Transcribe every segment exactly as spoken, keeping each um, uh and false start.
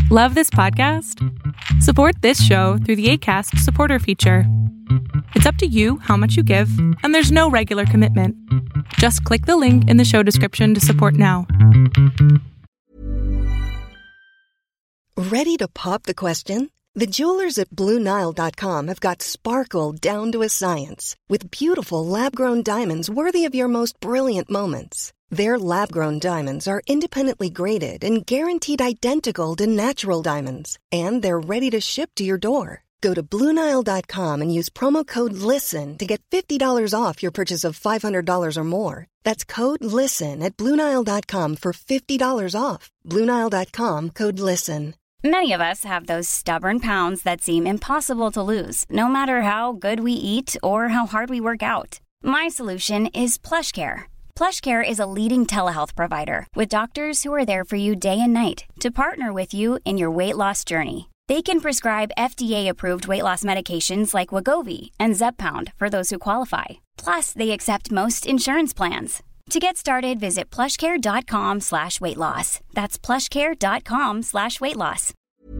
Love this podcast? Support this show through the Acast supporter feature. It's up to you how much you give, and there's no regular commitment. Just click the link in the show description to support now. Ready to pop the question? The jewelers at Blue Nile dot com have got sparkle down to a science with beautiful lab-grown diamonds worthy of your most brilliant moments. Their lab-grown diamonds are independently graded and guaranteed identical to natural diamonds, and they're ready to ship to your door. Go to Blue Nile dot com and use promo code LISTEN to get fifty dollars off your purchase of five hundred dollars or more. That's code LISTEN at Blue Nile dot com for fifty dollars off. Blue Nile dot com, code LISTEN. Many of us have those stubborn pounds that seem impossible to lose, no matter how good we eat or how hard we work out. My solution is PlushCare. PlushCare is a leading telehealth provider with doctors who are there for you day and night to partner with you in your weight loss journey. They can prescribe F D A-approved weight loss medications like Wegovy and Zepbound for those who qualify. Plus, they accept most insurance plans. To get started, visit plushcare.com slash weight loss. That's plushcare.com slash weight loss.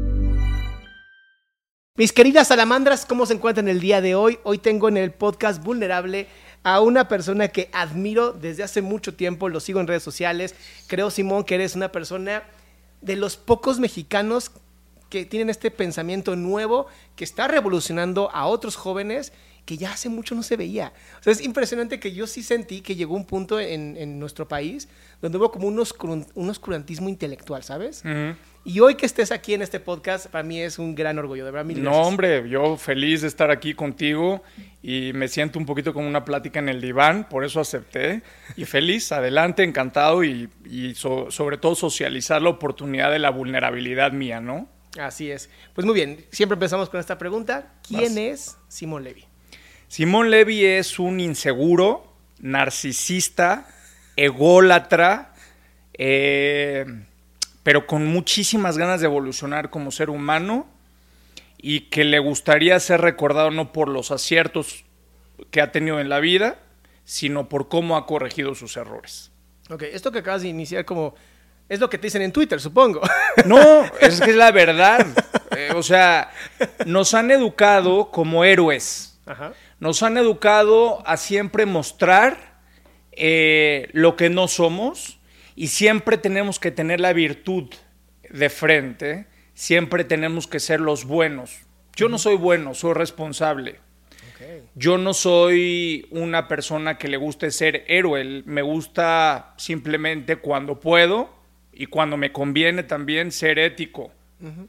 Mis queridas salamandras, ¿cómo se encuentran el día de hoy? Hoy tengo en el podcast Vulnerable a una persona que admiro desde hace mucho tiempo, lo sigo en redes sociales. Creo, Simón, que eres una persona de los pocos mexicanos que tienen este pensamiento nuevo que está revolucionando a otros jóvenes que ya hace mucho no se veía. O sea, es impresionante que yo sí sentí que llegó un punto en, en nuestro país donde hubo como un, oscur, un oscurantismo intelectual, ¿sabes? Uh-huh. Y hoy que estés aquí en este podcast, para mí es un gran orgullo, de verdad, mil gracias. No, hombre, yo feliz de estar aquí contigo y me siento un poquito como una plática en el diván, por eso acepté. Y feliz, adelante, encantado y, y so, sobre todo socializar la oportunidad de la vulnerabilidad mía, ¿no? Así es. Pues muy bien, siempre empezamos con esta pregunta. ¿Quién Vas. es Simón Levy? Simón Levy es un inseguro, narcisista, ególatra, eh, pero con muchísimas ganas de evolucionar como ser humano y que le gustaría ser recordado no por los aciertos que ha tenido en la vida, sino por cómo ha corregido sus errores. Ok, esto que acabas de iniciar como... es lo que te dicen en Twitter, supongo. No, es que es la verdad. Eh, o sea, nos han educado como héroes. Ajá. Nos han educado a siempre mostrar eh, lo que no somos y siempre tenemos que tener la virtud de frente, siempre tenemos que ser los buenos. Yo uh-huh. no soy bueno, soy responsable. Okay. Yo no soy una persona que le guste ser héroe, me gusta simplemente cuando puedo y cuando me conviene también ser ético. Uh-huh.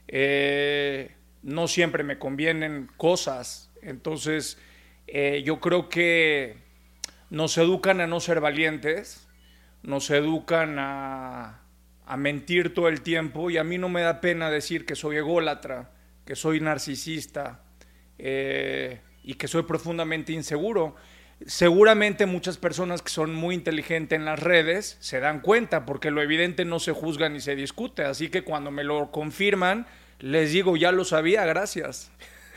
Eh, no siempre me convienen cosas, entonces... Eh, yo creo que nos educan a no ser valientes, nos educan a, a mentir todo el tiempo y a mí no me da pena decir que soy ególatra, que soy narcisista eh, y que soy profundamente inseguro. Seguramente muchas personas que son muy inteligentes en las redes se dan cuenta porque lo evidente no se juzga ni se discute, así que cuando me lo confirman les digo, ya lo sabía, gracias.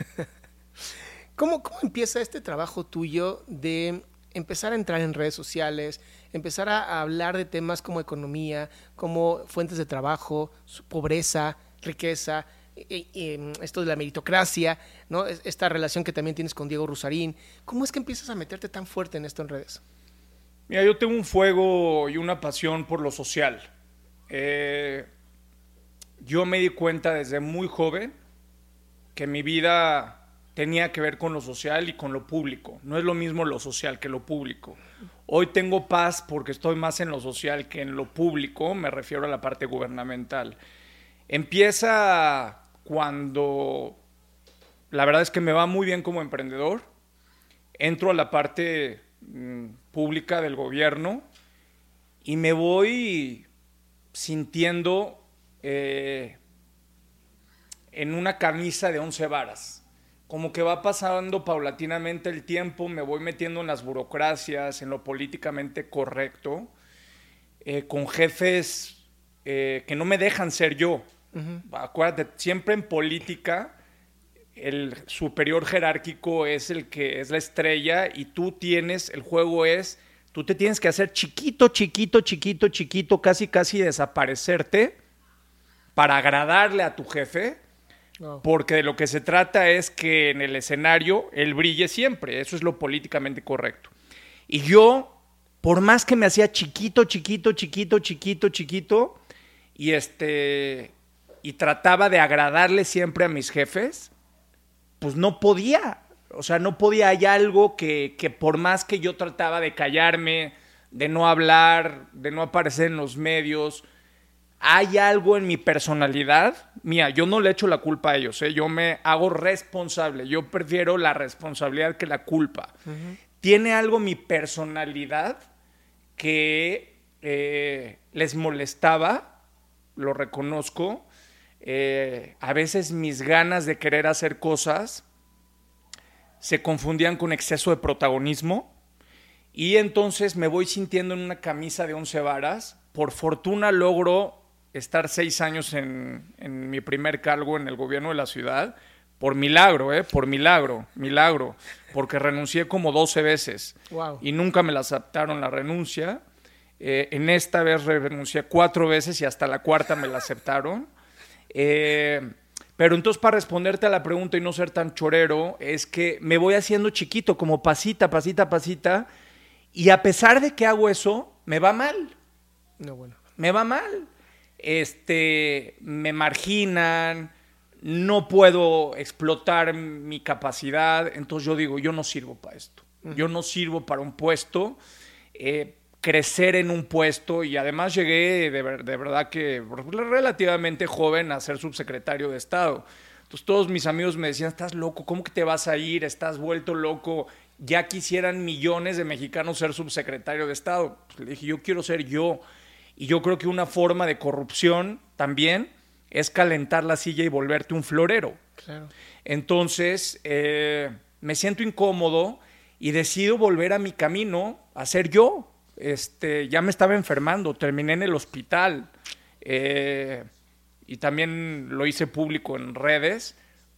¿Cómo, ¿Cómo empieza este trabajo tuyo de empezar a entrar en redes sociales, empezar a, a hablar de temas como economía, como fuentes de trabajo, pobreza, riqueza, y, y, esto de la meritocracia, ¿no? Esta relación que también tienes con Diego Rusarín? ¿Cómo es que empiezas a meterte tan fuerte en esto en redes? Mira, yo tengo un fuego y una pasión por lo social. Eh, yo me di cuenta desde muy joven que mi vida... tenía que ver con lo social y con lo público. No es lo mismo lo social que lo público. Hoy tengo paz porque estoy más en lo social que en lo público, me refiero a la parte gubernamental. Empieza cuando la verdad es que me va muy bien como emprendedor, entro a la parte mmm, pública del gobierno y me voy sintiendo eh, en una camisa de once varas. Como que va pasando paulatinamente el tiempo, me voy metiendo en las burocracias, en lo políticamente correcto, eh, con jefes eh, que no me dejan ser yo. Uh-huh. Acuérdate, siempre en política el superior jerárquico es el que es la estrella y tú tienes, el juego es, tú te tienes que hacer chiquito, chiquito, chiquito, chiquito, casi, casi desaparecerte para agradarle a tu jefe, no. Porque de lo que se trata es que en el escenario él brille siempre. Eso es lo políticamente correcto. Y yo, por más que me hacía chiquito, chiquito, chiquito, chiquito, chiquito, y, este, y trataba de agradarle siempre a mis jefes, pues no podía. O sea, no podía. Hay algo que, que por más que yo trataba de callarme, de no hablar, de no aparecer en los medios, hay algo en mi personalidad mía. Yo no le echo la culpa a ellos, ¿eh? Yo me hago responsable. Yo prefiero la responsabilidad que la culpa. Uh-huh. Tiene algo mi personalidad que eh, les molestaba, lo reconozco. Eh, a veces mis ganas de querer hacer cosas se confundían con exceso de protagonismo y entonces me voy sintiendo en una camisa de once varas. Por fortuna logro estar seis años en, en mi primer cargo en el gobierno de la ciudad, por milagro, ¿eh? Por milagro, milagro, porque renuncié como doce veces. Wow. Y nunca me la aceptaron la renuncia. Eh, en esta vez renuncié cuatro veces y hasta la cuarta me la aceptaron. Eh, pero entonces, para responderte a la pregunta y no ser tan chorero, es que me voy haciendo chiquito, como pasita, pasita, pasita, y a pesar de que hago eso, me va mal. No, bueno. Me va mal. Este, me marginan, no puedo explotar mi capacidad, entonces yo digo, yo no sirvo para esto. Uh-huh. Yo no sirvo para un puesto, eh, crecer en un puesto, y además llegué de, de verdad que relativamente joven a ser subsecretario de Estado. Entonces todos mis amigos me decían, estás loco, ¿cómo que te vas a ir? Estás vuelto loco, ya quisieran millones de mexicanos ser subsecretario de Estado. Pues le dije, yo quiero ser yo. Y yo creo que una forma de corrupción también es calentar la silla y volverte un florero. Claro. Entonces, eh, me siento incómodo y decido volver a mi camino, a ser yo. Este, ya me estaba enfermando, terminé en el hospital. Eh, y también lo hice público en redes,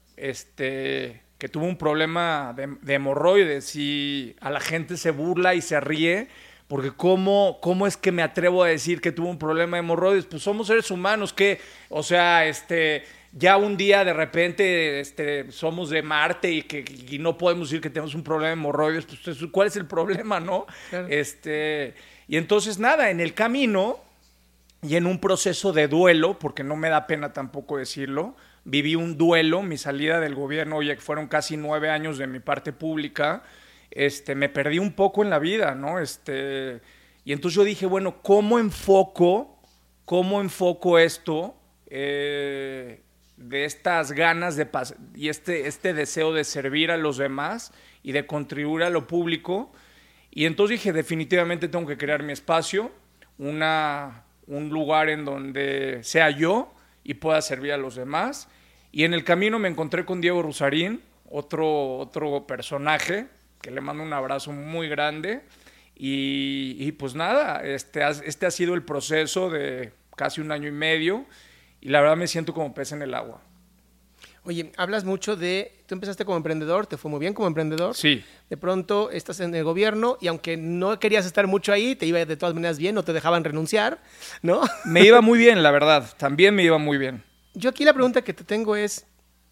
este, que tuve un problema de, de hemorroides y a la gente se burla y se ríe. Porque ¿cómo, ¿cómo es que me atrevo a decir que tuve un problema de hemorroides? Pues somos seres humanos que, o sea, este, ya un día de repente este, somos de Marte y, que, y no podemos decir que tenemos un problema de hemorroides. Pues, ¿cuál es el problema, no? Claro. Este, y entonces, nada, en el camino y en un proceso de duelo, porque no me da pena tampoco decirlo, viví un duelo, mi salida del gobierno, oye, que fueron casi nueve años de mi parte pública. Este, me perdí un poco en la vida, ¿no? Este, y entonces yo dije, bueno, ¿cómo enfoco, cómo enfoco esto eh, de estas ganas de pas- y este, este deseo de servir a los demás y de contribuir a lo público? Y entonces dije, definitivamente tengo que crear mi espacio, una, un lugar en donde sea yo y pueda servir a los demás. Y en el camino me encontré con Diego Rusarín, otro, otro personaje, que le mando un abrazo muy grande, y, y pues nada, este, este ha sido el proceso de casi un año y medio, y la verdad me siento como pez en el agua. Oye, hablas mucho de, tú empezaste como emprendedor, te fue muy bien como emprendedor. Sí. De pronto estás en el gobierno, y aunque no querías estar mucho ahí, te iba de todas maneras bien, no te dejaban renunciar, ¿no? Me iba muy bien, la verdad, también me iba muy bien. Yo aquí la pregunta que te tengo es,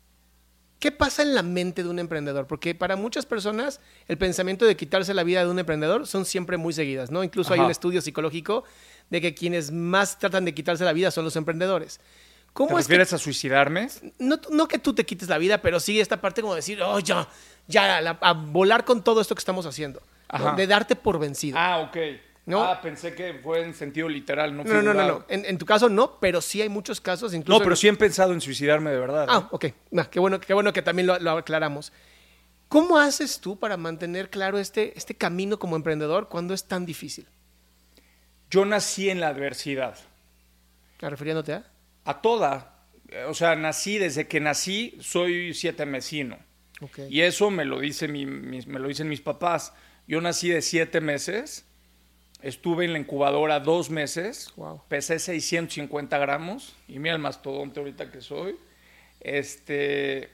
¿qué pasa en la mente de un emprendedor? Porque para muchas personas el pensamiento de quitarse la vida de un emprendedor son siempre muy seguidas, ¿no? Incluso Ajá. hay un estudio psicológico de que quienes más tratan de quitarse la vida son los emprendedores. ¿Cómo ¿Te es refieres que, a suicidarme? No, no que tú te quites la vida, pero sí esta parte como decir, oh, ya, ya, la, a volar con todo esto que estamos haciendo, ¿no? De darte por vencido. Ah, ok. ¿No? Ah, pensé que fue en sentido literal, no No, no, no, no. En, en tu caso no, pero sí hay muchos casos. Incluso no, pero en... sí he pensado en suicidarme de verdad. Ah, ¿eh? ok. Nah, qué, bueno, qué bueno que también lo, lo aclaramos. ¿Cómo haces tú para mantener claro este, este camino como emprendedor cuando es tan difícil? Yo nací en la adversidad. ¿Refiriéndote a? A toda. O sea, nací, desde que nací, soy sietemesino. Okay. Y eso me lo, dice mi, mis, me lo dicen mis papás. Yo nací de siete meses. Estuve en la incubadora dos meses, wow. pesé seiscientos cincuenta gramos, y mira el mastodonte ahorita que soy. Este,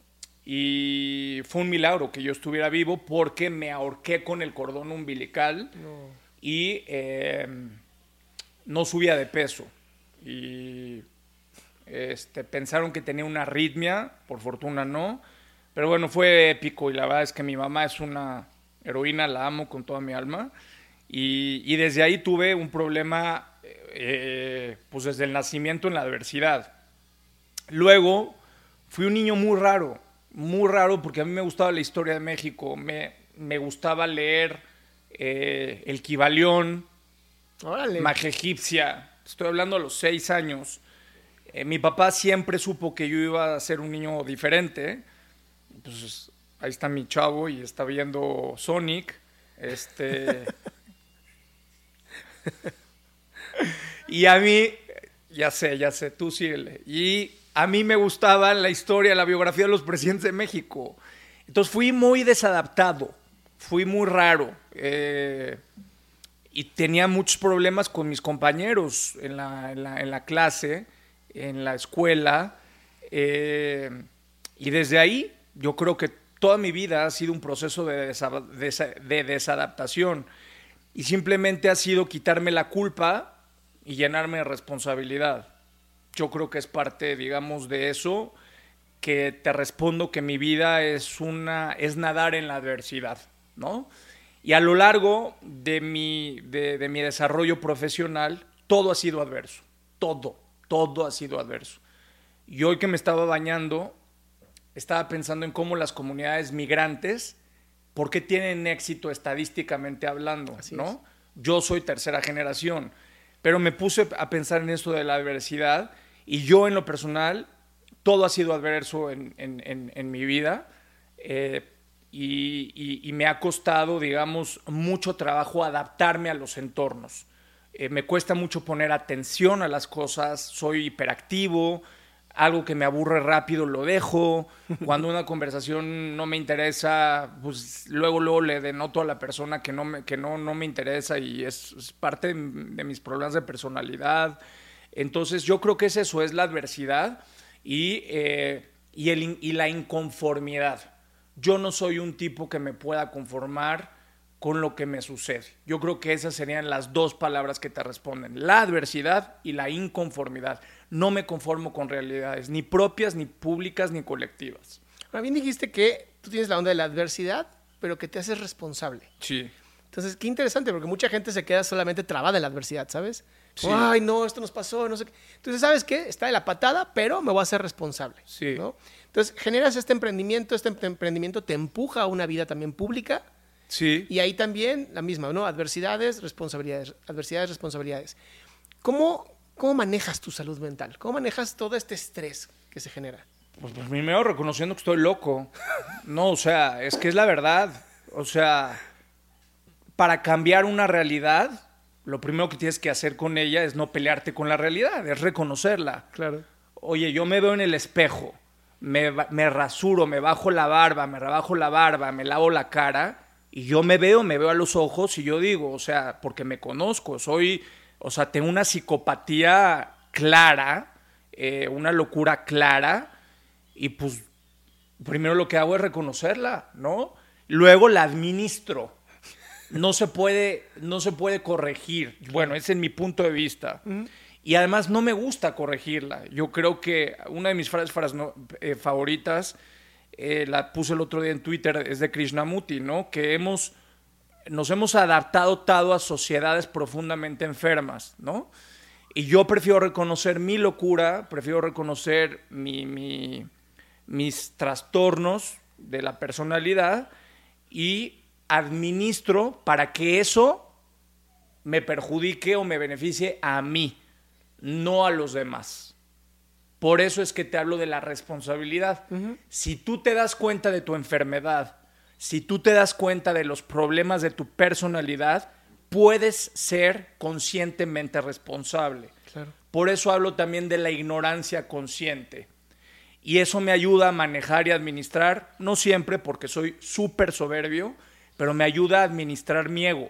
y fue un milagro que yo estuviera vivo porque me ahorqué con el cordón umbilical no. y eh, no subía de peso. Y Este, pensaron que tenía una arritmia, por fortuna no. Pero bueno, fue épico y la verdad es que mi mamá es una heroína, la amo con toda mi alma. Y, y desde ahí tuve un problema, eh, pues desde el nacimiento en la adversidad. Luego fui un niño muy raro, muy raro porque a mí me gustaba la historia de México, me, me gustaba leer eh, El Kybalión, Órale. Magia Egipcia, estoy hablando a los seis años. Eh, mi papá siempre supo que yo iba a ser un niño diferente, pues ahí está mi chavo y está viendo Sonic, este... y a mí, ya sé, ya sé, tú síguele. Y a mí me gustaba la historia, la biografía de los presidentes de México. Entonces fui muy desadaptado, fui muy raro. Eh, y tenía muchos problemas con mis compañeros en la, en la, en la clase, en la escuela. Eh, y desde ahí, yo creo que toda mi vida ha sido un proceso de, desa- de, de desadaptación. Y simplemente ha sido quitarme la culpa y llenarme de responsabilidad. Yo creo que es parte, digamos, de eso, que te respondo que mi vida es, una, es nadar en la adversidad, ¿no? Y a lo largo de mi, de, de mi desarrollo profesional, todo ha sido adverso. Todo, todo ha sido adverso. Y hoy que me estaba bañando, estaba pensando en cómo las comunidades migrantes, ¿por qué tienen éxito estadísticamente hablando? Así ¿no? es. Yo soy tercera generación, pero me puse a pensar en esto de la adversidad y yo en lo personal, todo ha sido adverso en, en, en, en mi vida eh, y, y, y me ha costado, digamos, mucho trabajo adaptarme a los entornos. Eh, me cuesta mucho poner atención a las cosas, soy hiperactivo, algo que me aburre rápido lo dejo, cuando una conversación no me interesa, pues luego, luego le denoto a la persona que no me, que no, no me interesa y es, es parte de, de mis problemas de personalidad. Entonces yo creo que es eso, es la adversidad y, eh, y, el, y la inconformidad. Yo no soy un tipo que me pueda conformar con lo que me sucede. Yo creo que esas serían las dos palabras que te responden, la adversidad y la inconformidad. No me conformo con realidades, ni propias, ni públicas, ni colectivas. Ahora bien dijiste que tú tienes la onda de la adversidad, pero que te haces responsable. Sí. Entonces, qué interesante, porque mucha gente se queda solamente trabada en la adversidad, ¿sabes? Sí. Ay, no, esto nos pasó, no sé qué. Entonces, ¿sabes qué? Está de la patada, pero me voy a hacer responsable. Sí. ¿no? Entonces, generas este emprendimiento, este emprendimiento te empuja a una vida también pública. Sí. Y ahí también la misma, ¿no? Adversidades, responsabilidades, adversidades, responsabilidades. ¿Cómo, cómo manejas tu salud mental? ¿Cómo manejas todo este estrés que se genera? Pues, pues primero reconociendo que estoy loco. No, o sea, es que es la verdad. O sea, para cambiar una realidad, lo primero que tienes que hacer con ella es no pelearte con la realidad, es reconocerla. Claro. Oye, yo me veo en el espejo, me, me rasuro, me bajo la barba, me rebajo la barba, me lavo la cara y yo me veo, me veo a los ojos y yo digo, o sea, porque me conozco, soy, o sea, tengo una psicopatía clara, eh, una locura clara y pues primero lo que hago es reconocerla, ¿no? Luego la administro. No se puede, no se puede corregir. Bueno, ese es mi punto de vista. Uh-huh. Y además no me gusta corregirla. Yo creo que una de mis frases, frases no, eh, favoritas, eh, la puse el otro día en Twitter, es de Krishnamurti, ¿no? Que hemos, nos hemos adaptado tanto a sociedades profundamente enfermas, ¿no? Y yo prefiero reconocer mi locura, prefiero reconocer mi, mi, mis trastornos de la personalidad y administro para que eso me perjudique o me beneficie a mí, no a los demás. Por eso es que te hablo de la responsabilidad. Uh-huh. Si tú te das cuenta de tu enfermedad, si tú te das cuenta de los problemas de tu personalidad, puedes ser conscientemente responsable. Claro. Por eso hablo también de la ignorancia consciente. Y eso me ayuda a manejar y administrar, no siempre porque soy súper soberbio, pero me ayuda a administrar mi ego.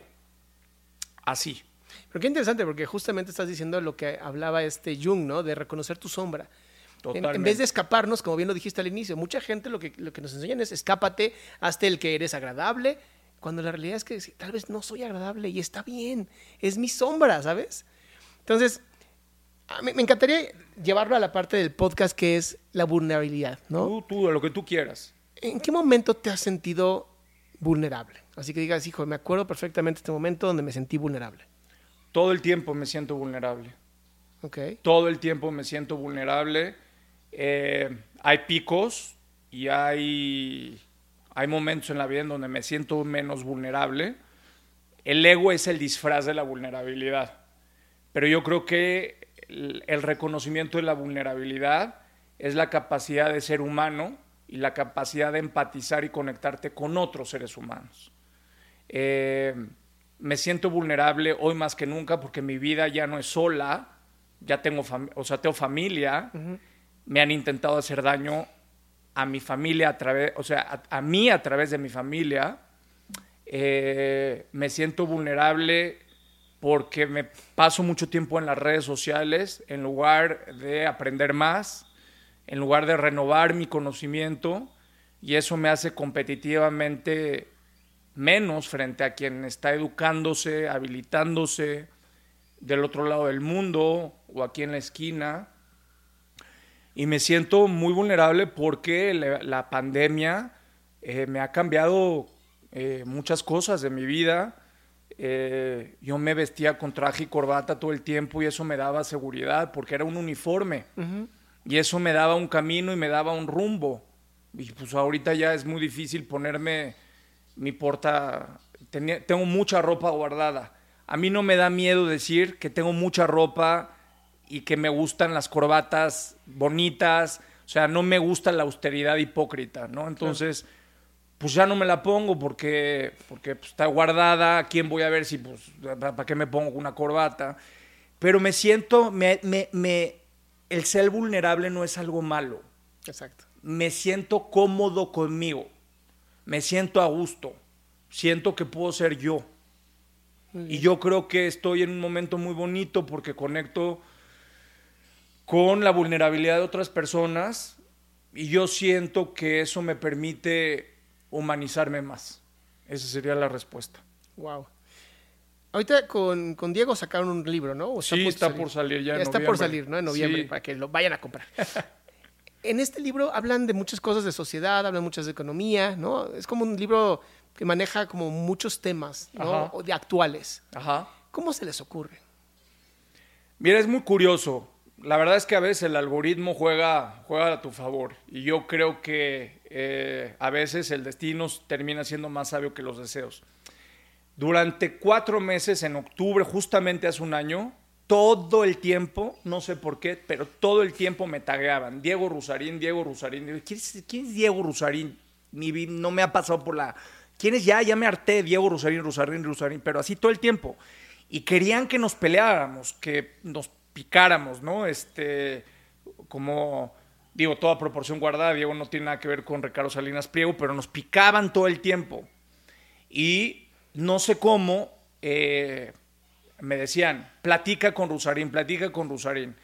Así. Pero qué interesante, porque justamente estás diciendo lo que hablaba este Jung, ¿no? De reconocer tu sombra. En, en vez de escaparnos, como bien lo dijiste al inicio, mucha gente lo que, lo que nos enseñan es escápate, hazte el que eres agradable, cuando la realidad es que tal vez no soy agradable y está bien, es mi sombra, ¿sabes? Entonces, A mí me encantaría llevarlo a la parte del podcast que es la vulnerabilidad, ¿no? Tú, tú, lo que tú quieras. ¿En qué momento te has sentido vulnerable? Así que digas, hijo, me acuerdo perfectamente este momento donde me sentí vulnerable. Todo el tiempo me siento vulnerable. Okay. Todo el tiempo me siento vulnerable. Eh, hay picos y hay, hay momentos en la vida en donde me siento menos vulnerable. El ego es el disfraz de la vulnerabilidad. Pero yo creo que el, el reconocimiento de la vulnerabilidad es la capacidad de ser humano y la capacidad de empatizar y conectarte con otros seres humanos. Eh, me siento vulnerable hoy más que nunca porque mi vida ya no es sola, ya tengo, fam- o sea, tengo familia, uh-huh. Me han intentado hacer daño a mi familia, a través, o sea, a, a mí a través de mi familia. Eh, me siento vulnerable porque me paso mucho tiempo en las redes sociales en lugar de aprender más, en lugar de renovar mi conocimiento, y eso me hace competitivamente menos frente a quien está educándose, habilitándose del otro lado del mundo o aquí en la esquina. Y me siento muy vulnerable porque la, la pandemia eh, me ha cambiado eh, muchas cosas de mi vida. Eh, yo me vestía con traje y corbata todo el tiempo y eso me daba seguridad porque era un uniforme. Uh-huh. Y eso me daba un camino y me daba un rumbo. Y pues ahorita ya es muy difícil ponerme mi porta... Tenía, tengo mucha ropa guardada. A mí no me da miedo decir que tengo mucha ropa y que me gustan las corbatas bonitas. O sea, no me gusta la austeridad hipócrita, ¿no? Entonces, claro, pues ya no me la pongo porque, porque pues, está guardada. ¿Quién voy a ver si, pues, para qué me pongo una corbata? Pero me siento... Me, me, me, el ser vulnerable no es algo malo. Exacto. Me siento cómodo conmigo. Me siento a gusto. Siento que puedo ser yo. Y yo creo que estoy en un momento muy bonito porque conecto con la vulnerabilidad de otras personas y yo siento que eso me permite humanizarme más. Esa sería la respuesta. Wow. Ahorita con, con Diego sacaron un libro, ¿no? ¿O está sí, por está salir? por salir ya en Está noviembre. por salir, ¿no? En noviembre, sí. Para que lo vayan a comprar. En este libro hablan de muchas cosas de sociedad, hablan muchas de economía, ¿no? Es como un libro que maneja como muchos temas, ¿no? O de actuales. Ajá. ¿Cómo se les ocurre? Mira, es muy curioso. La verdad es que a veces el algoritmo juega, juega a tu favor. Y yo creo que eh, a veces el destino termina siendo más sabio que los deseos. Durante cuatro meses, en octubre, justamente hace un año, todo el tiempo, no sé por qué, pero todo el tiempo me tagueaban. Diego Rusarín, Diego Rusarín. ¿Quién es, quién es Diego Rusarín? Ni, no me ha pasado por la... ¿Quién es ya? Ya me harté, Diego Rusarín, Rusarín, Rusarín, pero así todo el tiempo. Y querían que nos peleáramos, que nos picáramos, ¿no? Este, como, digo, toda proporción guardada, Diego no tiene nada que ver con Ricardo Salinas Pliego, pero nos picaban todo el tiempo. Y no sé cómo, eh, me decían, platica con Rusarín, platica con Rusarín.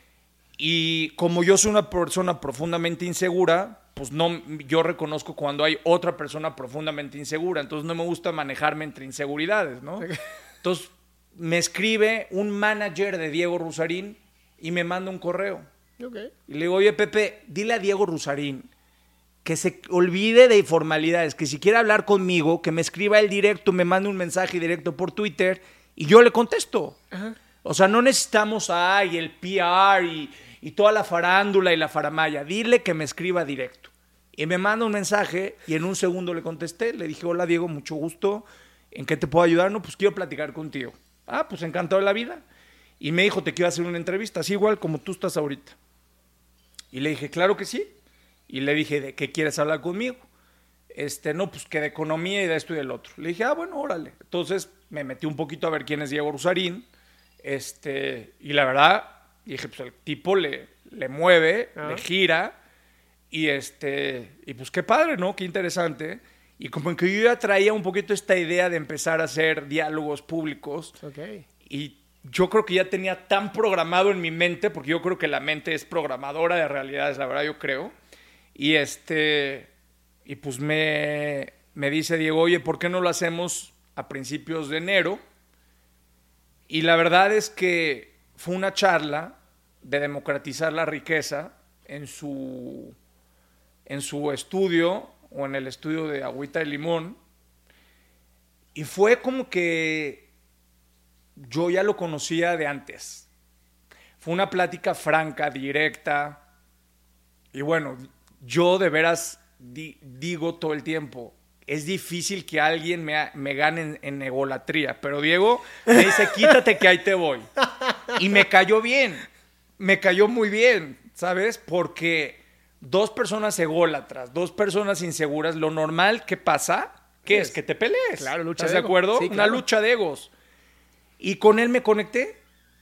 Y como yo soy una persona profundamente insegura, pues no, yo reconozco cuando hay otra persona profundamente insegura, entonces no me gusta manejarme entre inseguridades, ¿no? Entonces me escribe un manager de Diego Rusarín y me manda un correo. Okay. Y le digo, oye Pepe, dile a Diego Rusarín que se olvide de informalidades, que si quiere hablar conmigo, que me escriba él directo, me mande un mensaje directo por Twitter y yo le contesto. Ajá. O sea, no necesitamos ay, el P R y, y toda la farándula y la faramaya. Dile que me escriba directo. Y me manda un mensaje y en un segundo le contesté. Le dije, hola Diego, mucho gusto. ¿En qué te puedo ayudar? No, pues quiero platicar contigo. Ah, pues encantado de la vida. Y me dijo, te quiero hacer una entrevista, así igual como tú estás ahorita. Y le dije, claro que sí. Y le dije, ¿de qué quieres hablar conmigo? Este, no, pues que de economía y de esto y del otro. Le dije, ah, bueno, órale. Entonces me metí un poquito a ver quién es Diego Rusarín. Este, y la verdad, dije, pues el tipo le, le mueve, ah. le gira. Y, este, y pues qué padre, ¿no? Qué interesante. Y como que yo ya traía un poquito esta idea de empezar a hacer diálogos públicos. Okay. Y yo creo que ya tenía tan programado en mi mente, porque yo creo que la mente es programadora de realidades, la verdad yo creo. Y, este, y pues me, me dice Diego, oye, ¿por qué no lo hacemos a principios de enero? Y la verdad es que fue una charla de democratizar la riqueza en su, en su estudio o en el estudio de Agüita de Limón. Y fue como que yo ya lo conocía de antes. Fue una plática franca, directa. Y bueno, yo de veras di, digo todo el tiempo, es difícil que alguien me, me gane en, en egolatría. Pero Diego me dice, quítate que ahí te voy. Y me cayó bien. Me cayó muy bien, ¿sabes? Porque dos personas ególatras, dos personas inseguras, lo normal que pasa, ¿qué es? es? Que te pelees. Claro, lucha ¿Estás de, de ego. acuerdo? Sí, Una claro. lucha de egos. Y con él me conecté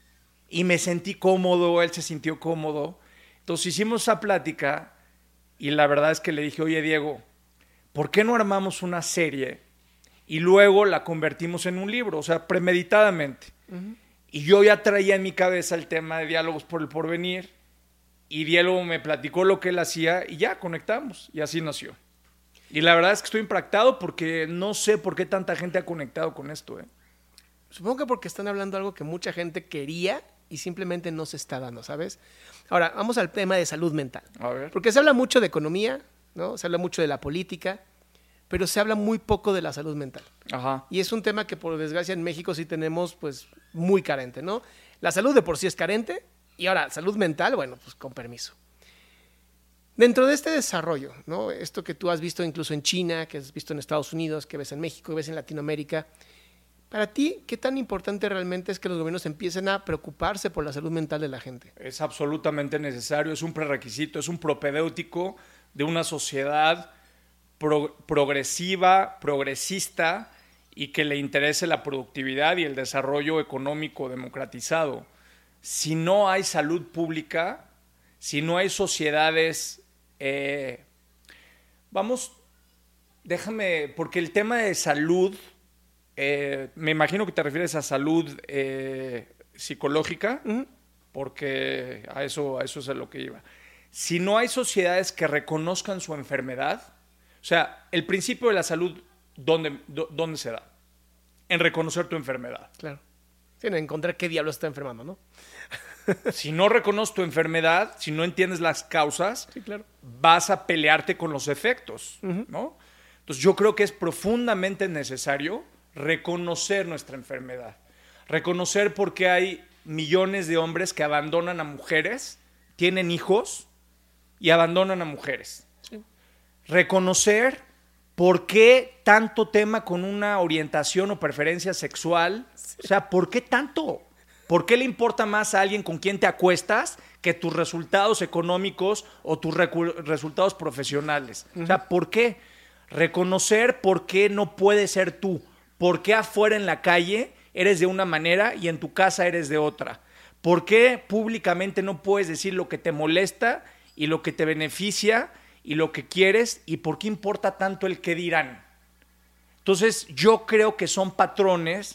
y me sentí cómodo, él se sintió cómodo. Entonces hicimos esa plática y la verdad es que le dije, oye Diego, ¿por qué no armamos una serie y luego la convertimos en un libro? O sea, premeditadamente. Uh-huh. Y yo ya traía en mi cabeza el tema de Diálogos por el Porvenir y Diego me platicó lo que él hacía y ya conectamos y así nació. Y la verdad es que estoy impactado porque no sé por qué tanta gente ha conectado con esto, ¿eh? Supongo que porque están hablando algo que mucha gente quería y simplemente no se está dando, ¿sabes? Ahora, vamos al tema de salud mental. A ver. Porque se habla mucho de economía, ¿no? Se habla mucho de la política, pero se habla muy poco de la salud mental. Ajá. Y es un tema que, por desgracia, en México sí tenemos, pues, muy carente, ¿no? La salud de por sí es carente y ahora, salud mental, bueno, pues con permiso. Dentro de este desarrollo, ¿no? Esto que tú has visto incluso en China, que has visto en Estados Unidos, que ves en México, que ves en Latinoamérica, para ti, ¿qué tan importante realmente es que los gobiernos empiecen a preocuparse por la salud mental de la gente? Es absolutamente necesario, es un prerequisito, es un propedéutico de una sociedad pro- progresiva, progresista y que le interese la productividad y el desarrollo económico democratizado. Si no hay salud pública, si no hay sociedades, eh, vamos, déjame, porque el tema de salud, eh, me imagino que te refieres a salud eh, psicológica, uh-huh. porque a eso, a eso es a lo que iba. Si no hay sociedades que reconozcan su enfermedad, o sea, el principio de la salud, ¿dónde, dónde se da? En reconocer tu enfermedad. Claro. Sí, en encontrar qué diablo está enfermando, ¿no? Si no reconoces tu enfermedad, si no entiendes las causas, sí, claro. vas a pelearte con los efectos, uh-huh. ¿no? Entonces yo creo que es profundamente necesario reconocer nuestra enfermedad. Reconocer por qué hay millones de hombres que abandonan a mujeres, tienen hijos y abandonan a mujeres. Sí. Reconocer por qué tanto tema con una orientación o preferencia sexual. Sí. O sea, ¿por qué tanto? ¿Por qué le importa más a alguien con quien te acuestas que tus resultados económicos o tus recu- resultados profesionales? Uh-huh. O sea, ¿por qué? Reconocer por qué no puedes ser tú. ¿Por qué afuera en la calle eres de una manera y en tu casa eres de otra? ¿Por qué públicamente no puedes decir lo que te molesta y lo que te beneficia y lo que quieres? ¿Y por qué importa tanto el qué dirán? Entonces, yo creo que son patrones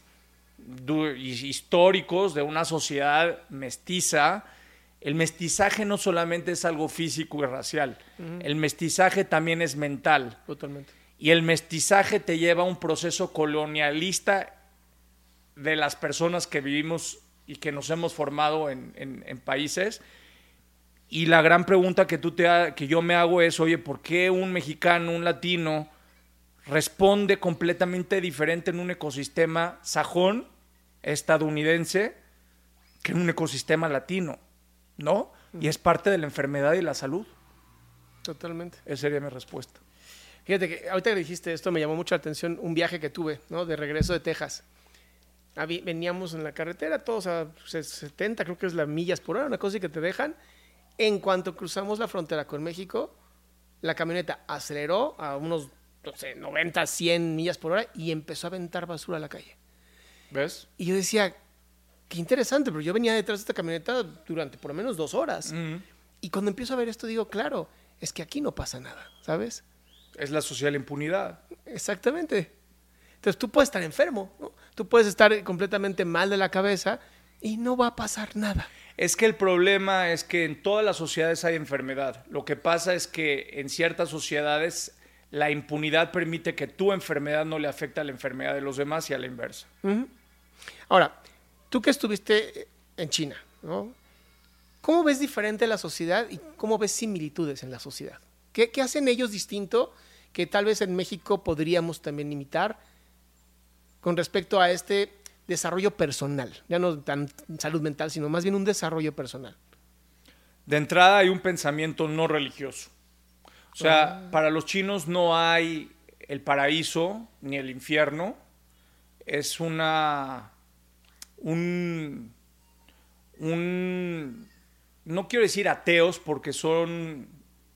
históricos de una sociedad mestiza. El mestizaje no solamente es algo físico y racial, uh-huh. el mestizaje también es mental. Totalmente. Y el mestizaje te lleva a un proceso colonialista de las personas que vivimos y que nos hemos formado en, en, en países. Y la gran pregunta que, tú te ha, que yo me hago es, oye, ¿por qué un mexicano, un latino, responde completamente diferente en un ecosistema sajón, estadounidense, que en un ecosistema latino? ¿No? Uh-huh. Y es parte de la enfermedad y la salud. Totalmente. Esa sería mi respuesta. Fíjate que ahorita que dijiste esto me llamó mucho la atención un viaje que tuve, ¿no? De regreso de Texas. Habí, veníamos en la carretera todos a setenta, creo que es las millas por hora, una cosa que te dejan. En cuanto cruzamos la frontera con México, la camioneta aceleró a unos, no sé, noventa, cien millas por hora y empezó a aventar basura a la calle. ¿Ves? Y yo decía, qué interesante, pero yo venía detrás de esta camioneta durante por lo menos dos horas. Uh-huh. Y cuando empiezo a ver esto digo, claro, es que aquí no pasa nada, ¿sabes? Es la social impunidad. Exactamente. Entonces tú puedes estar enfermo, ¿no? Tú puedes estar completamente mal de la cabeza y no va a pasar nada. Es que el problema es que en todas las sociedades hay enfermedad. Lo que pasa es que en ciertas sociedades la impunidad permite que tu enfermedad no le afecte a la enfermedad de los demás y a la inversa. Uh-huh. Ahora, tú que estuviste en China, ¿no? ¿Cómo ves diferente la sociedad y cómo ves similitudes en la sociedad? ¿Qué, qué hacen ellos distinto que tal vez en México podríamos también imitar con respecto a este desarrollo personal? Ya no tan salud mental, sino más bien un desarrollo personal. De entrada hay un pensamiento no religioso. O sea, ah. para los chinos no hay el paraíso ni el infierno. Es una... un... un no quiero decir ateos porque son...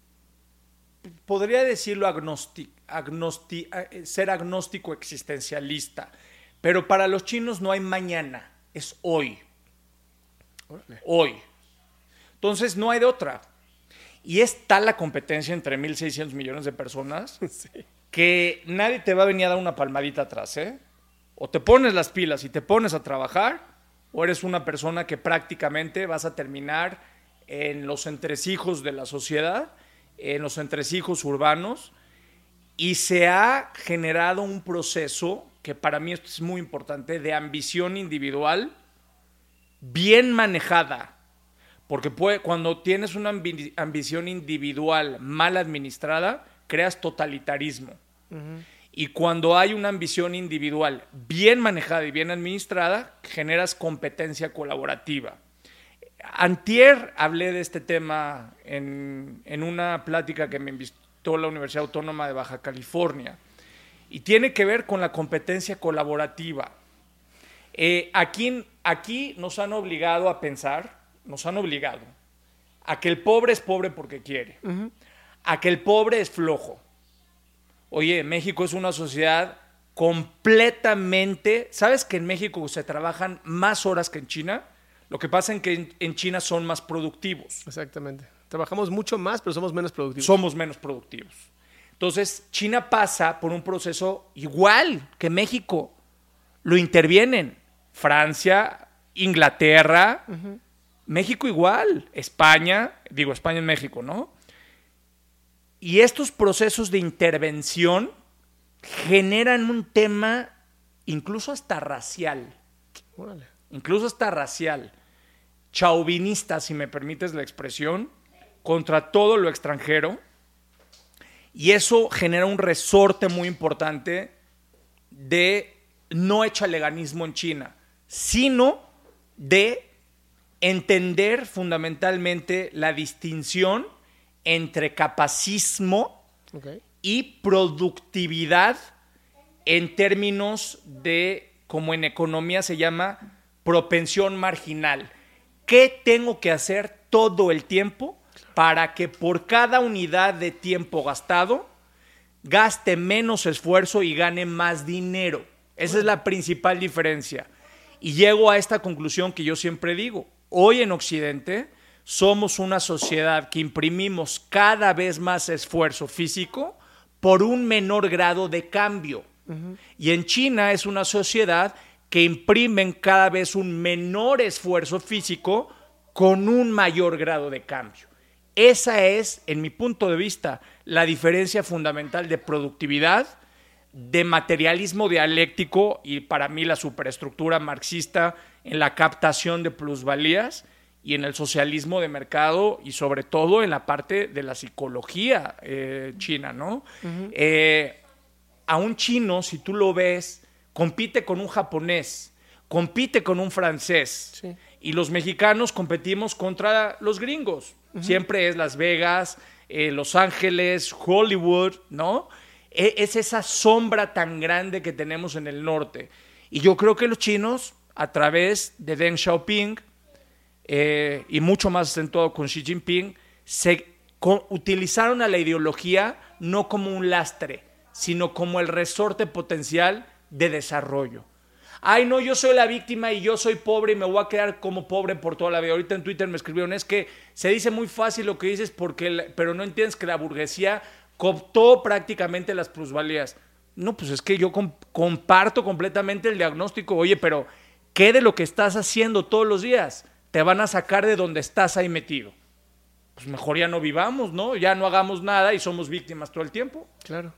podría decirlo agnosti, agnosti, ser agnóstico existencialista. Pero para los chinos no hay mañana, es hoy. Órale. Hoy. Entonces no hay de otra. Y es tal la competencia entre mil seiscientos millones de personas sí. que nadie te va a venir a dar una palmadita atrás, ¿eh? O te pones las pilas y te pones a trabajar, o eres una persona que prácticamente vas a terminar en los entresijos de la sociedad, en los entresijos urbanos, y se ha generado un proceso que para mí esto es muy importante, de ambición individual bien manejada. Porque puede, cuando tienes una ambi- ambición individual mal administrada, creas totalitarismo. Uh-huh. Y cuando hay una ambición individual bien manejada y bien administrada, generas competencia colaborativa. Antier hablé de este tema en, en una plática que me invitó la Universidad Autónoma de Baja California. Y tiene que ver con la competencia colaborativa. Eh, aquí, aquí nos han obligado a pensar, nos han obligado a que el pobre es pobre porque quiere, uh-huh. a que el pobre es flojo. Oye, México es una sociedad completamente... ¿Sabes que en México se trabajan más horas que en China? Lo que pasa es que en, en China son más productivos. Exactamente. Trabajamos mucho más, pero somos menos productivos. Somos menos productivos. Entonces, China pasa por un proceso igual que México. Lo intervienen Francia, Inglaterra, uh-huh. México igual, España, digo España en México, ¿no? Y estos procesos de intervención generan un tema incluso hasta racial. Órale. Incluso hasta racial. Chauvinista, si me permites la expresión, contra todo lo extranjero. Y eso genera un resorte muy importante de no echaleganismo en China, sino de entender fundamentalmente la distinción entre capacismo okay. y productividad en términos de, como en economía se llama, propensión marginal. ¿Qué tengo que hacer todo el tiempo para que por cada unidad de tiempo gastado gaste menos esfuerzo y gane más dinero? Esa es la principal diferencia. Y llego a esta conclusión que yo siempre digo. Hoy en Occidente somos una sociedad que imprimimos cada vez más esfuerzo físico por un menor grado de cambio. Uh-huh. Y en China es una sociedad que imprimen cada vez un menor esfuerzo físico con un mayor grado de cambio. Esa es, en mi punto de vista, la diferencia fundamental de productividad, de materialismo dialéctico y para mí la superestructura marxista en la captación de plusvalías y en el socialismo de mercado y sobre todo en la parte de la psicología eh, china, ¿no? Uh-huh. Eh, a un chino, si tú lo ves, compite con un japonés, compite con un francés sí. y los mexicanos competimos contra los gringos. Uh-huh. Siempre es Las Vegas, eh, Los Ángeles, Hollywood, ¿no? E- es esa sombra tan grande que tenemos en el norte. Y yo creo que los chinos, a través de Deng Xiaoping eh, y mucho más acentuado con Xi Jinping, se co- utilizaron a la ideología no como un lastre, sino como el resorte potencial de desarrollo. Ay, no, yo soy la víctima y yo soy pobre y me voy a quedar como pobre por toda la vida. Ahorita en Twitter me escribieron, es que se dice muy fácil lo que dices, porque la, pero no entiendes que la burguesía cooptó prácticamente las plusvalías. No, pues es que yo comp- comparto completamente el diagnóstico. Oye, pero ¿qué de lo que estás haciendo todos los días te van a sacar de donde estás ahí metido? Pues mejor ya no vivamos, ¿no? Ya no hagamos nada y somos víctimas todo el tiempo. Claro.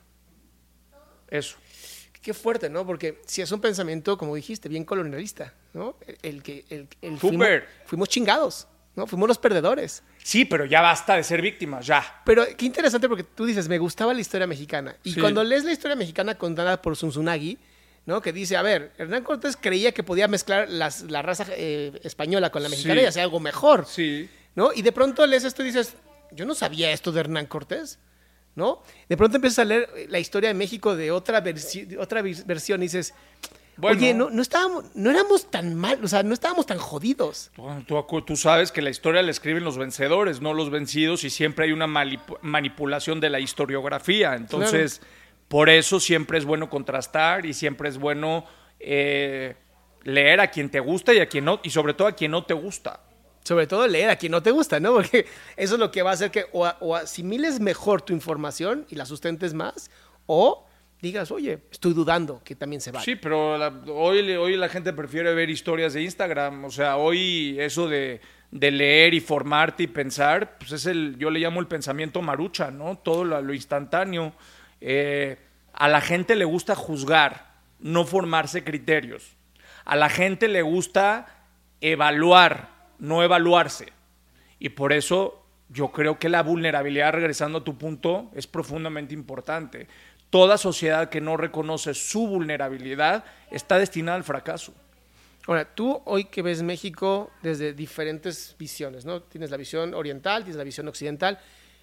Eso. Qué fuerte, ¿no? Porque si es un pensamiento, como dijiste, bien colonialista, ¿no? El, el que el, el fuimos, fuimos chingados. ¿no? Fuimos los perdedores. Sí, pero ya basta de ser víctimas, ya. Pero qué interesante porque tú dices, me gustaba la historia mexicana. Y sí. Cuando lees la historia mexicana contada por Zunzunagui, ¿no? Que dice, a ver, Hernán Cortés creía que podía mezclar las, la raza eh, española con la mexicana sí. y hacer algo mejor. Sí. ¿No? Y de pronto lees esto y dices, yo no sabía esto de Hernán Cortés, ¿no? De pronto empiezas a leer la historia de México de otra, versi- otra versión y dices, bueno, oye, no, no, estábamos, no éramos tan mal, o sea, no estábamos tan jodidos. Tú, tú, tú sabes que la historia la escriben los vencedores, no los vencidos, y siempre hay una malip- manipulación de la historiografía. Entonces, claro. Por eso siempre es bueno contrastar y siempre es bueno eh, leer a quien te gusta y a quien no, y sobre todo a quien no te gusta. Sobre todo leer a quien no te gusta, ¿no? Porque eso es lo que va a hacer que o, o asimiles mejor tu información y la sustentes más, o digas, oye, estoy dudando, que también se vale. Sí, pero la, hoy, hoy la gente prefiere ver historias de Instagram. O sea, hoy eso de, de leer y formarte y pensar, pues es el, yo le llamo el pensamiento marucha, ¿no? Todo lo, lo instantáneo. Eh, a la gente le gusta juzgar, no formarse criterios. A la gente le gusta evaluar, no evaluarse. Y por eso yo creo que la vulnerabilidad, regresando a tu punto, es profundamente importante. Toda sociedad que no reconoce su vulnerabilidad está destinada al fracaso. Ahora, tú hoy que ves México desde diferentes visiones, ¿no? Tienes la visión oriental, tienes la visión occidental.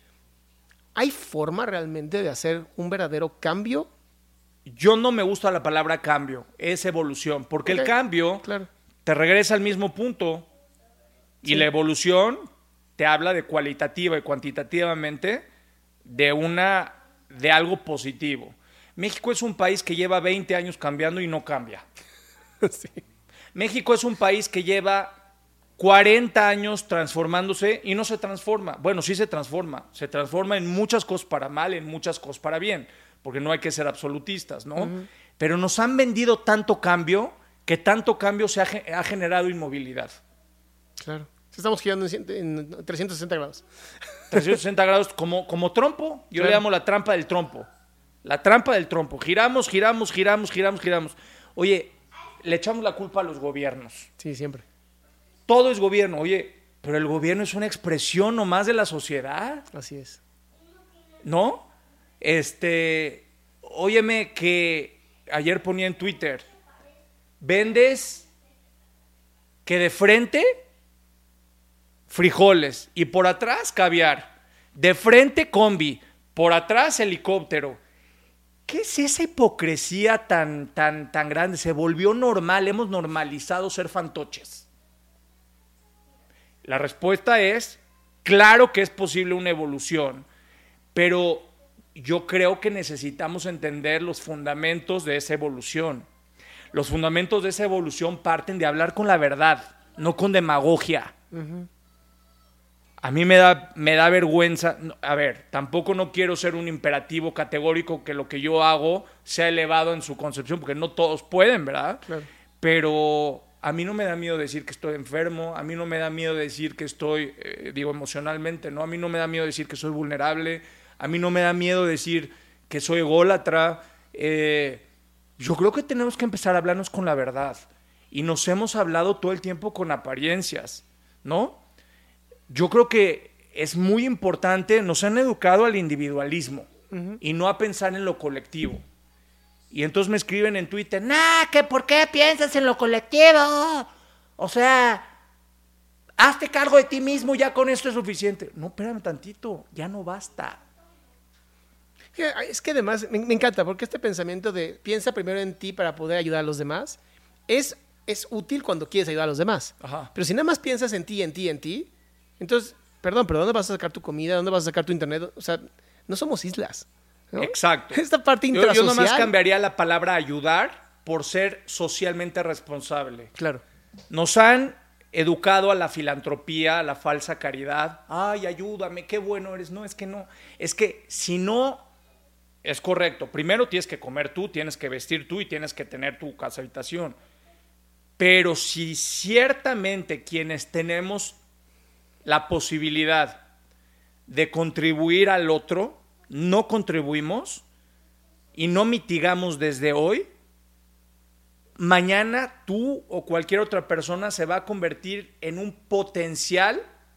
¿Hay forma realmente de hacer un verdadero cambio? Yo no me gusta la palabra cambio, es evolución, porque okay, el cambio claro. te regresa al mismo punto y sí. La evolución te habla de cualitativa y cuantitativamente de, una, de algo positivo. México es un país que lleva veinte años cambiando y no cambia. Sí. México es un país que lleva cuarenta años transformándose y no se transforma. Bueno, sí se transforma. Se transforma en muchas cosas para mal, en muchas cosas para bien, porque no hay que ser absolutistas, ¿no? Uh-huh. Pero nos han vendido tanto cambio que tanto cambio se ha, ha generado inmovilidad. Claro. Estamos girando en, en trescientos sesenta grados. trescientos sesenta grados como, como trompo. Yo claro. Le llamo la trampa del trompo. La trampa del trompo. Giramos, giramos, giramos, giramos, giramos. Oye, le echamos la culpa a los gobiernos. Sí, siempre. Todo es gobierno. Oye, pero el gobierno es una expresión nomás de la sociedad. Así es. ¿No? Este, óyeme que ayer ponía en Twitter, vendes que de frente frijoles y por atrás caviar, de frente combi, por atrás helicóptero. ¿Qué es esa hipocresía tan, tan, tan grande? Se volvió normal, hemos normalizado ser fantoches. La respuesta es, claro que es posible una evolución, pero yo creo que necesitamos entender los fundamentos de esa evolución. Los fundamentos de esa evolución parten de hablar con la verdad, no con demagogia. Uh-huh. A mí me da, me da vergüenza. A ver, tampoco no quiero ser un imperativo categórico que lo que yo hago sea elevado en su concepción, porque no todos pueden, ¿verdad? Claro. Pero a mí no me da miedo decir que estoy enfermo, a mí no me da miedo decir que estoy, eh, digo, emocionalmente, ¿no? A mí no me da miedo decir que soy vulnerable, a mí no me da miedo decir que soy ególatra. Eh, yo creo que tenemos que empezar a hablarnos con la verdad. Y nos hemos hablado todo el tiempo con apariencias, ¿no? Yo creo que es muy importante, nos han educado al individualismo uh-huh. y no a pensar en lo colectivo. Y entonces me escriben en Twitter, nah, que ¿por qué piensas en lo colectivo? O sea, hazte cargo de ti mismo, ya con esto es suficiente. No, espérame tantito, ya no basta. Es que además me, me encanta, porque este pensamiento de piensa primero en ti para poder ayudar a los demás es, es útil cuando quieres ayudar a los demás. Ajá. Pero si nada más piensas en ti, en ti, en ti, entonces, perdón, pero ¿dónde vas a sacar tu comida? ¿Dónde vas a sacar tu internet? O sea, no somos islas, ¿no? Exacto. Esta parte intrasocial. Yo, yo nomás cambiaría la palabra ayudar por ser socialmente responsable. Claro. Nos han educado a la filantropía, a la falsa caridad. Ay, ayúdame, qué bueno eres. No, es que no. Es que si no, es correcto. Primero tienes que comer tú, tienes que vestir tú y tienes que tener tu casa habitación. Pero si ciertamente quienes tenemos la posibilidad de contribuir al otro, no contribuimos y no mitigamos desde hoy, mañana tú o cualquier otra persona se va a convertir en un potencial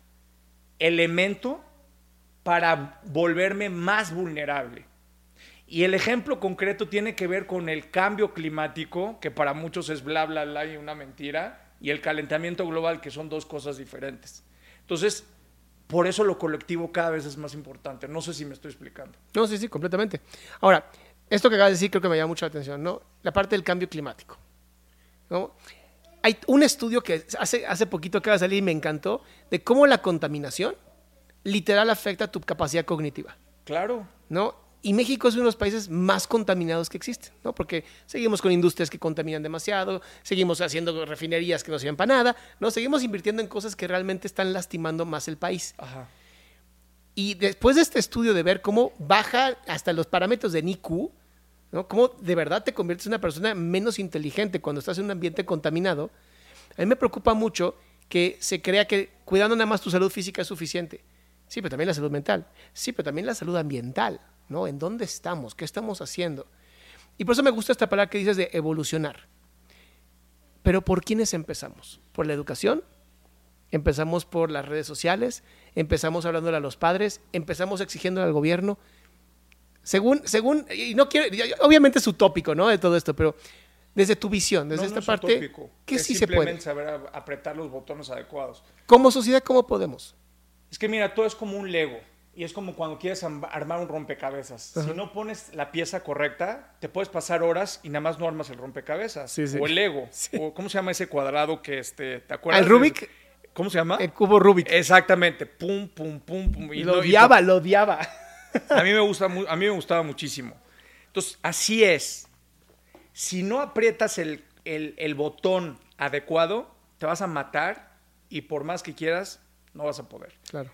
elemento para volverme más vulnerable. Y el ejemplo concreto tiene que ver con el cambio climático, que para muchos es bla, bla, bla y una mentira, y el calentamiento global, que son dos cosas diferentes. Entonces, por eso lo colectivo cada vez es más importante. No sé si me estoy explicando. No, sí, sí, completamente. Ahora, esto que acabas de decir creo que me llama mucho la atención, ¿no? La parte del cambio climático, ¿no? Hay un estudio que hace, hace poquito acaba de salir y me encantó, de cómo la contaminación literal afecta tu capacidad cognitiva. Claro. ¿No? Y México es uno de los países más contaminados que existen, ¿no? Porque seguimos con industrias que contaminan demasiado, seguimos haciendo refinerías que no sirven para nada, ¿no? Seguimos invirtiendo en cosas que realmente están lastimando más el país. Ajá. Y después de este estudio de ver cómo baja hasta los parámetros de N I Q, ¿no? Cómo de verdad te conviertes en una persona menos inteligente cuando estás en un ambiente contaminado, a mí me preocupa mucho que se crea que cuidando nada más tu salud física es suficiente. Sí, pero también la salud mental. Sí, pero también la salud ambiental, ¿no? ¿En dónde estamos? ¿Qué estamos haciendo? Y por eso me gusta esta palabra que dices de evolucionar. Pero ¿por quiénes empezamos? ¿Por la educación? ¿Empezamos por las redes sociales? ¿Empezamos hablándole a los padres? ¿Empezamos exigiéndole al gobierno? Según, según, y no quiero, obviamente es utópico, ¿no? De todo esto, pero desde tu visión, desde no, esta no es parte, utópico. ¿qué es sí se puede? simplemente saber apretar los botones adecuados. Como sociedad, ¿cómo podemos? Es que mira, todo es como un Lego. Y es como cuando quieres armar un rompecabezas. Ajá. Si no pones la pieza correcta, te puedes pasar horas y nada más no armas el rompecabezas. Sí, sí. O el Lego. Sí. O ¿cómo se llama ese cuadrado que este, ¿te acuerdas? ¿El Rubik? ¿Cómo se llama? El cubo Rubik. Exactamente. Pum, pum, pum, pum. Y lo no- odiaba, y lo odiaba. a mí me gusta, mu- a mí me gustaba muchísimo. Entonces, así es. Si no aprietas el, el, el botón adecuado, te vas a matar y por más que quieras, no vas a poder. Claro.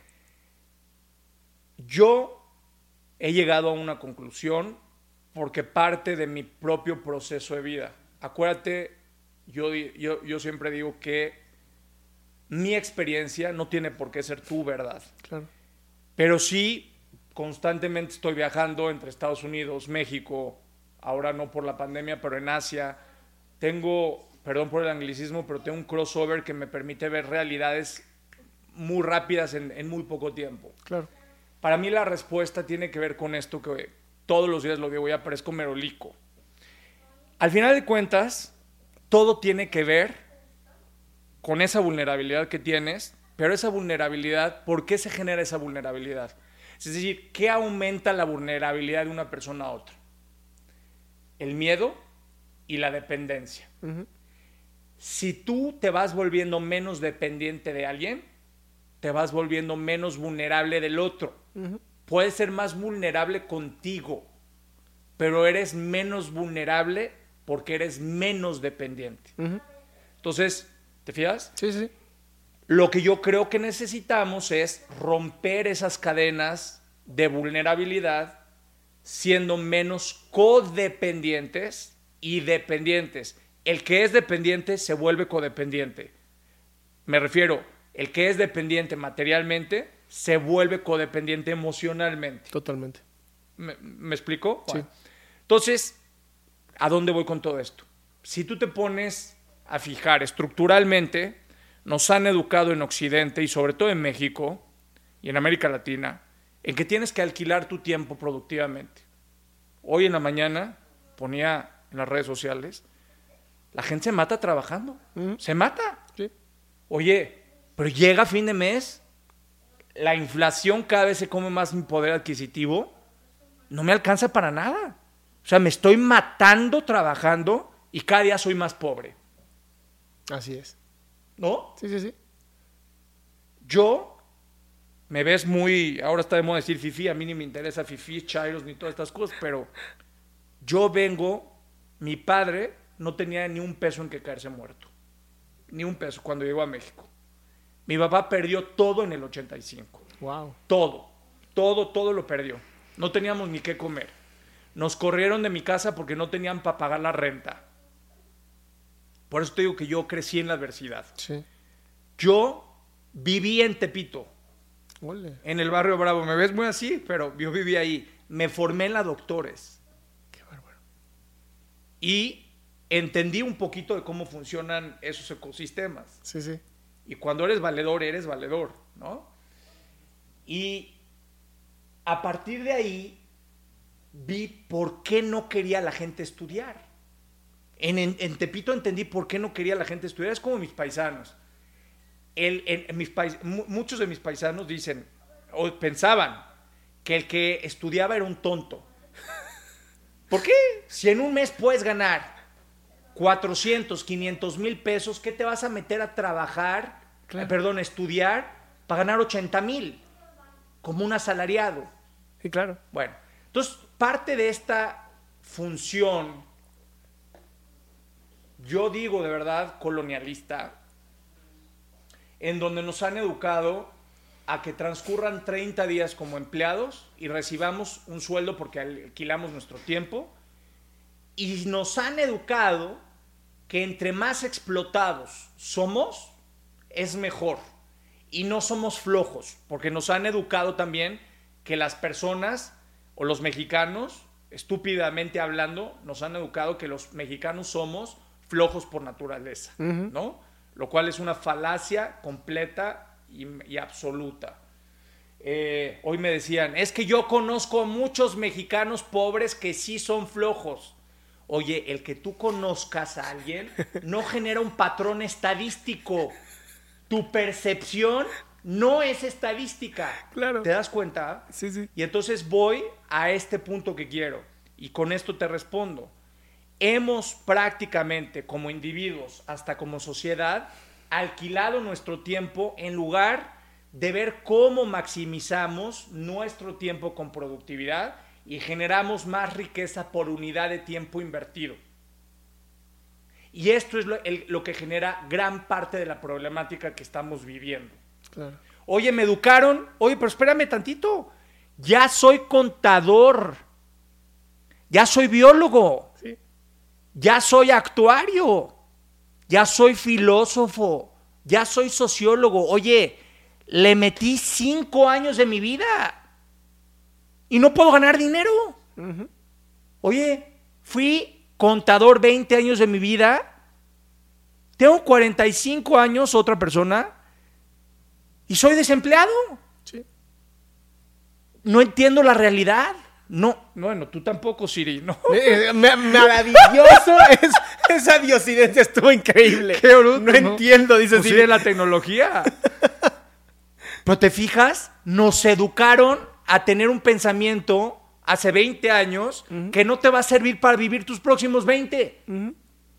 Yo he llegado a una conclusión porque parte de mi propio proceso de vida. Acuérdate, yo, di- yo, yo siempre digo que mi experiencia no tiene por qué ser tu verdad. Claro. Pero sí, constantemente estoy viajando entre Estados Unidos, México, ahora no por la pandemia, pero en Asia. Tengo, perdón por el anglicismo, pero tengo un crossover que me permite ver realidades muy rápidas en, en muy poco tiempo. Claro. Para mí la respuesta tiene que ver con esto que todos los días lo digo, ya parezco merolico. Al final de cuentas, todo tiene que ver con esa vulnerabilidad que tienes, pero esa vulnerabilidad, ¿por qué se genera esa vulnerabilidad? Es decir, ¿qué aumenta la vulnerabilidad de una persona a otra? El miedo y la dependencia. Uh-huh. Si tú te vas volviendo menos dependiente de alguien, te vas volviendo menos vulnerable del otro. Uh-huh. Puedes ser más vulnerable contigo, pero eres menos vulnerable porque eres menos dependiente. Uh-huh. Entonces, ¿te fijas? Sí, sí. Lo que yo creo que necesitamos es romper esas cadenas de vulnerabilidad siendo menos codependientes y dependientes. El que es dependiente se vuelve codependiente. Me refiero, el que es dependiente materialmente se vuelve codependiente emocionalmente. Totalmente. ¿Me, me explico? Sí. Bueno, entonces, ¿a dónde voy con todo esto? Si tú te pones a fijar estructuralmente, nos han educado en Occidente y sobre todo en México y en América Latina, en que tienes que alquilar tu tiempo productivamente. Hoy en la mañana ponía en las redes sociales, la gente se mata trabajando, Uh-huh. se mata. Sí. Oye, pero llega fin de mes, la inflación cada vez se come más mi poder adquisitivo, no me alcanza para nada. O sea, me estoy matando trabajando y cada día soy más pobre. Así es. ¿No? Sí, sí, sí. Yo, me ves muy, ahora está de moda decir fifí, a mí ni me interesa fifí, chairos, ni todas estas cosas, pero yo vengo, mi padre no tenía ni un peso en que caerse muerto. Ni un peso cuando llegó a México. Mi papá perdió todo en el ochenta y cinco. Wow. Todo, todo, todo lo perdió. No teníamos ni qué comer. Nos corrieron de mi casa porque no tenían para pagar la renta. Por eso te digo que yo crecí en la adversidad. Sí. Yo viví en Tepito, Ole. en el barrio Bravo. Me ves muy así, pero yo viví ahí. Me formé en la Doctores. Qué bárbaro. Y entendí un poquito de cómo funcionan esos ecosistemas. Sí, sí. Y cuando eres valedor, eres valedor, ¿no? Y a partir de ahí vi por qué no quería la gente estudiar. En, en, en Tepito entendí por qué no quería la gente estudiar. Es como mis paisanos. El, en, en mis pais, muchos de mis paisanos dicen, o pensaban, que el que estudiaba era un tonto. ¿Por qué? Si en un mes puedes ganar cuatrocientos, quinientos mil pesos, ¿qué te vas a meter a trabajar, claro. eh, perdón, a estudiar para ganar ochenta mil? Como un asalariado. Sí, claro. Bueno, entonces parte de esta función, yo digo de verdad colonialista, en donde nos han educado a que transcurran treinta días como empleados y recibamos un sueldo porque alquilamos nuestro tiempo, y nos han educado que entre más explotados somos, es mejor. Y no somos flojos, porque nos han educado también que las personas o los mexicanos, estúpidamente hablando, nos han educado que los mexicanos somos flojos por naturaleza, uh-huh. ¿no? Lo cual es una falacia completa y, y absoluta. Eh, hoy me decían, es que yo conozco a muchos mexicanos pobres que sí son flojos. Oye, el que tú conozcas a alguien no genera un patrón estadístico. Tu percepción no es estadística. Claro. ¿Te das cuenta? Sí, sí. Y entonces voy a este punto que quiero. Y con esto te respondo. Hemos prácticamente, como individuos, hasta como sociedad, alquilado nuestro tiempo en lugar de ver cómo maximizamos nuestro tiempo con productividad y generamos más riqueza por unidad de tiempo invertido. Y esto es lo, el, lo que genera gran parte de la problemática que estamos viviendo. Claro. Oye, me educaron. Oye, pero espérame tantito. Ya soy contador. Ya soy biólogo. Sí. Ya soy actuario. Ya soy filósofo. Ya soy sociólogo. Oye, le metí cinco años de mi vida y no puedo ganar dinero. Uh-huh. Oye, fui contador veinte años de mi vida, tengo cuarenta y cinco años, otra persona, y soy desempleado. Sí. No entiendo la realidad. No, bueno, tú tampoco, Siri. No. Maravilloso. es, esa diosidencia estuvo increíble. Qué bruto, no, ¿no? entiendo, dice pues Siri. Sí, de la tecnología. Pero te fijas, nos educaron a tener un pensamiento hace veinte años, uh-huh. que no te va a servir para vivir tus próximos veinte. Uh-huh.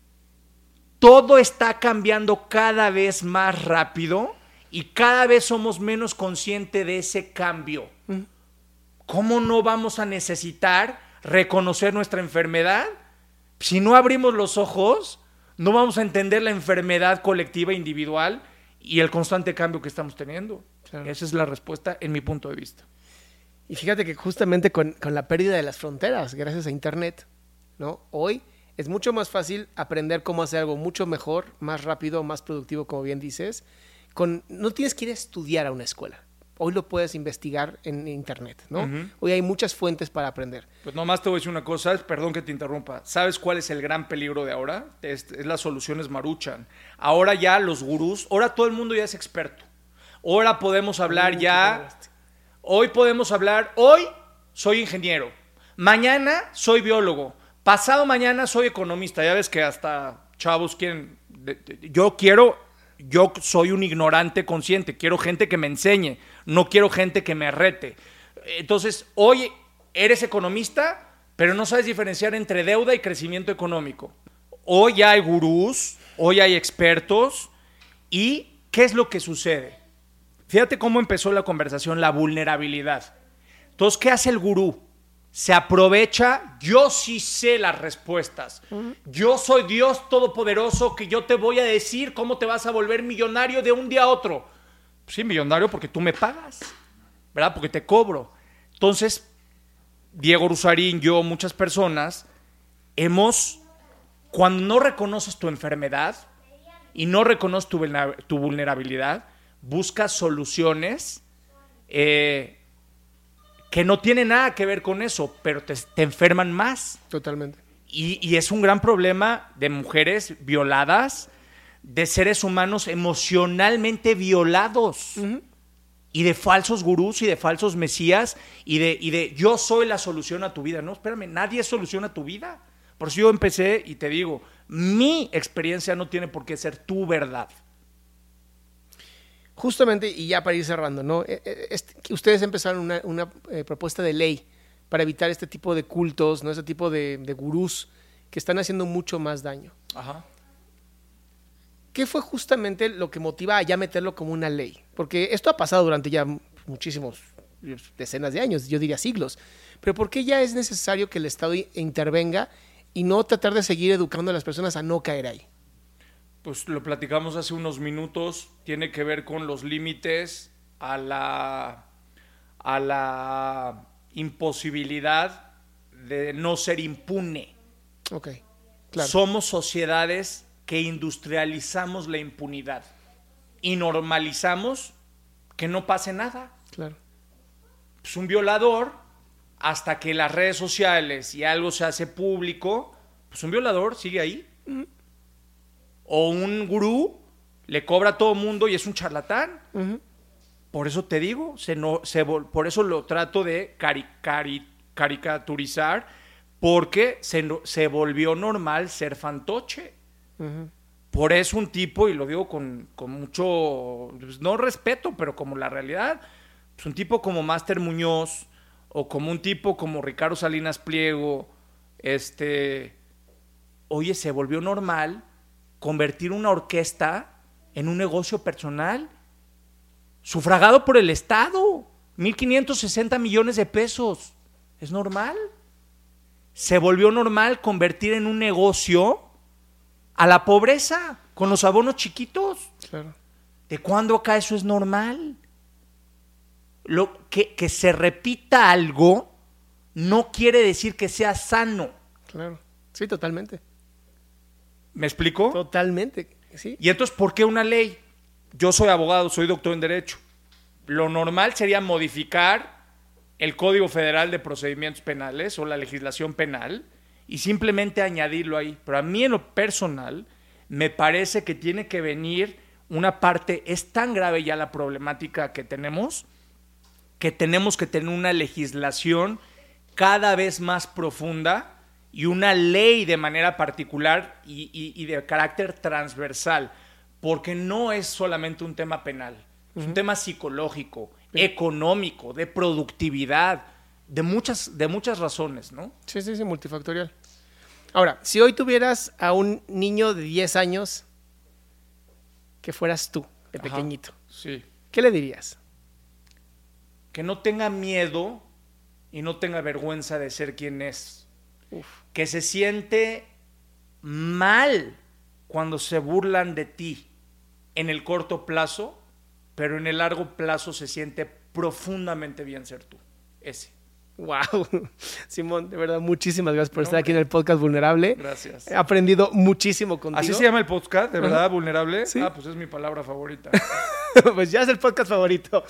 Todo está cambiando cada vez más rápido y cada vez somos menos conscientes de ese cambio. Uh-huh. ¿Cómo no vamos a necesitar reconocer nuestra enfermedad? Si no abrimos los ojos, no vamos a entender la enfermedad colectiva individual y el constante cambio que estamos teniendo. Claro. Esa es la respuesta en mi punto de vista. Y fíjate que justamente con, con la pérdida de las fronteras, gracias a Internet, ¿no? Hoy es mucho más fácil aprender cómo hacer algo mucho mejor, más rápido, más productivo, como bien dices. Con, no tienes que ir a estudiar a una escuela. Hoy lo puedes investigar en Internet, ¿no? Uh-huh. Hoy hay muchas fuentes para aprender. Pues nomás te voy a decir una cosa, perdón que te interrumpa. ¿Sabes cuál es el gran peligro de ahora? Es, es las soluciones Maruchan. Ahora ya los gurús, ahora todo el mundo ya es experto. Ahora podemos hablar Uy, ya... Hoy podemos hablar, hoy soy ingeniero, mañana soy biólogo, pasado mañana soy economista. Ya ves que hasta chavos quieren, yo quiero, yo soy un ignorante consciente, quiero gente que me enseñe, no quiero gente que me rete. Entonces, hoy eres economista, pero no sabes diferenciar entre deuda y crecimiento económico. Hoy ya hay gurús, hoy hay expertos, ¿y qué es lo que sucede? Fíjate cómo empezó la conversación, la vulnerabilidad. Entonces, ¿qué hace el gurú? Se aprovecha, yo sí sé las respuestas. Uh-huh. Yo soy Dios todopoderoso que yo te voy a decir cómo te vas a volver millonario de un día a otro. Pues sí, millonario porque tú me pagas, ¿verdad? Porque te cobro. Entonces, Diego Rusarín, yo, muchas personas, hemos, cuando no reconoces tu enfermedad y no reconoces tu, tu vulnerabilidad, buscas soluciones eh, que no tienen nada que ver con eso, pero te, te enferman más. Totalmente. Y, y es un gran problema de mujeres violadas, de seres humanos emocionalmente violados. Uh-huh. y de falsos gurús y de falsos mesías y de, y de yo soy la solución a tu vida. No, espérame, nadie es solución a tu vida. Por eso yo empecé y te digo, mi experiencia no tiene por qué ser tu verdad. Justamente, y ya para ir cerrando, ¿no? Este, ustedes empezaron una, una eh, propuesta de ley para evitar este tipo de cultos, ¿no? Este tipo de, de gurús que están haciendo mucho más daño. Ajá. ¿Qué fue justamente lo que motiva a ya meterlo como una ley? Porque esto ha pasado durante ya muchísimos, decenas de años, yo diría siglos. Pero ¿por qué ya es necesario que el Estado intervenga y no tratar de seguir educando a las personas a no caer ahí? Pues lo platicamos hace unos minutos, tiene que ver con los límites a la, a la imposibilidad de no ser impune. Ok, claro. Somos sociedades que industrializamos la impunidad y normalizamos que no pase nada. Claro. Pues un violador, hasta que las redes sociales y algo se hace público, pues un violador sigue ahí. Mm. O un gurú le cobra a todo mundo y es un charlatán. Uh-huh. Por eso te digo, se no, se, por eso lo trato de cari, cari, caricaturizar, porque se, se volvió normal ser fantoche. Uh-huh. Por eso un tipo, y lo digo con, con mucho, pues no respeto, pero como la realidad, pues un tipo como Máster Muñoz, o como un tipo como Ricardo Salinas Pliego, este, oye, se volvió normal convertir una orquesta en un negocio personal sufragado por el Estado, mil quinientos sesenta millones de pesos. ¿Es normal? Se volvió normal convertir en un negocio a la pobreza con los abonos chiquitos. Claro. ¿De cuándo acá eso es normal? Lo, que, que se repita algo no quiere decir que sea sano. Claro, sí, totalmente. ¿Me explico? Totalmente, sí. Y entonces, ¿por qué una ley? Yo soy abogado, soy doctor en Derecho. Lo normal sería modificar el Código Federal de Procedimientos Penales o la legislación penal y simplemente añadirlo ahí. Pero a mí en lo personal me parece que tiene que venir una parte, es tan grave ya la problemática que tenemos, que tenemos que tener una legislación cada vez más profunda y una ley de manera particular y, y, y de carácter transversal, porque no es solamente un tema penal, uh-huh. Es un tema psicológico, sí. Económico, de productividad, de muchas, de muchas razones, ¿no? Sí, sí, sí, multifactorial. Ahora, si hoy tuvieras a un niño de diez años que fueras tú, de Ajá, pequeñito, sí. ¿Qué le dirías? Que no tenga miedo y no tenga vergüenza de ser quien es. Uf. Que se siente mal cuando se burlan de ti en el corto plazo, pero en el largo plazo se siente profundamente bien ser tú. Ese. Wow. Simón, de verdad, muchísimas gracias por no, estar aquí en el podcast Vulnerable. Gracias. He aprendido muchísimo contigo. ¿Así se llama el podcast? ¿De verdad, uh-huh. Vulnerable? ¿Sí? Ah, pues es mi palabra favorita. Pues ya es el podcast favorito.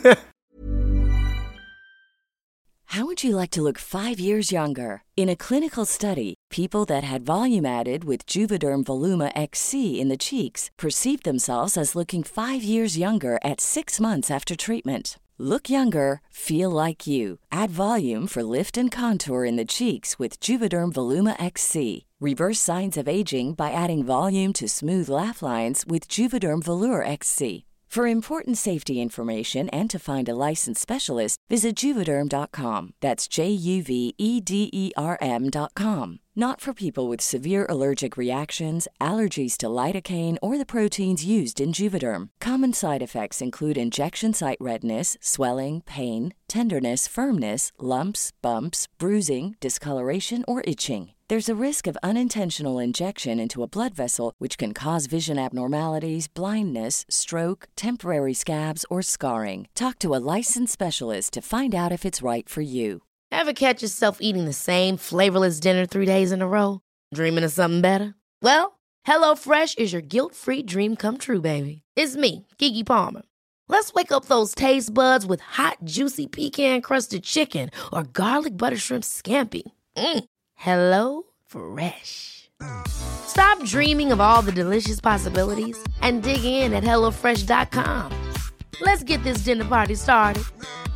How would you like to look five years younger? In a clinical study, people that had volume added with Juvederm Voluma X C in the cheeks perceived themselves as looking five years younger at six months after treatment. Look younger, feel like you. Add volume for lift and contour in the cheeks with Juvederm Voluma X C. Reverse signs of aging by adding volume to smooth laugh lines with Juvederm Volure X C. For important safety information and to find a licensed specialist, visit Juvederm dot com. That's J U V E D E R M dot com. Not for people with severe allergic reactions, allergies to lidocaine, or the proteins used in Juvederm. Common side effects include injection site redness, swelling, pain, tenderness, firmness, lumps, bumps, bruising, discoloration, or itching. There's a risk of unintentional injection into a blood vessel, which can cause vision abnormalities, blindness, stroke, temporary scabs, or scarring. Talk to a licensed specialist to find out if it's right for you. Ever catch yourself eating the same flavorless dinner three days in a row? Dreaming of something better? Well, HelloFresh is your guilt-free dream come true, baby. It's me, Keke Palmer. Let's wake up those taste buds with hot, juicy pecan-crusted chicken or garlic butter shrimp scampi. Mm. Hello Fresh. Stop dreaming of all the delicious possibilities and dig in at hello fresh dot com. Let's get this dinner party started.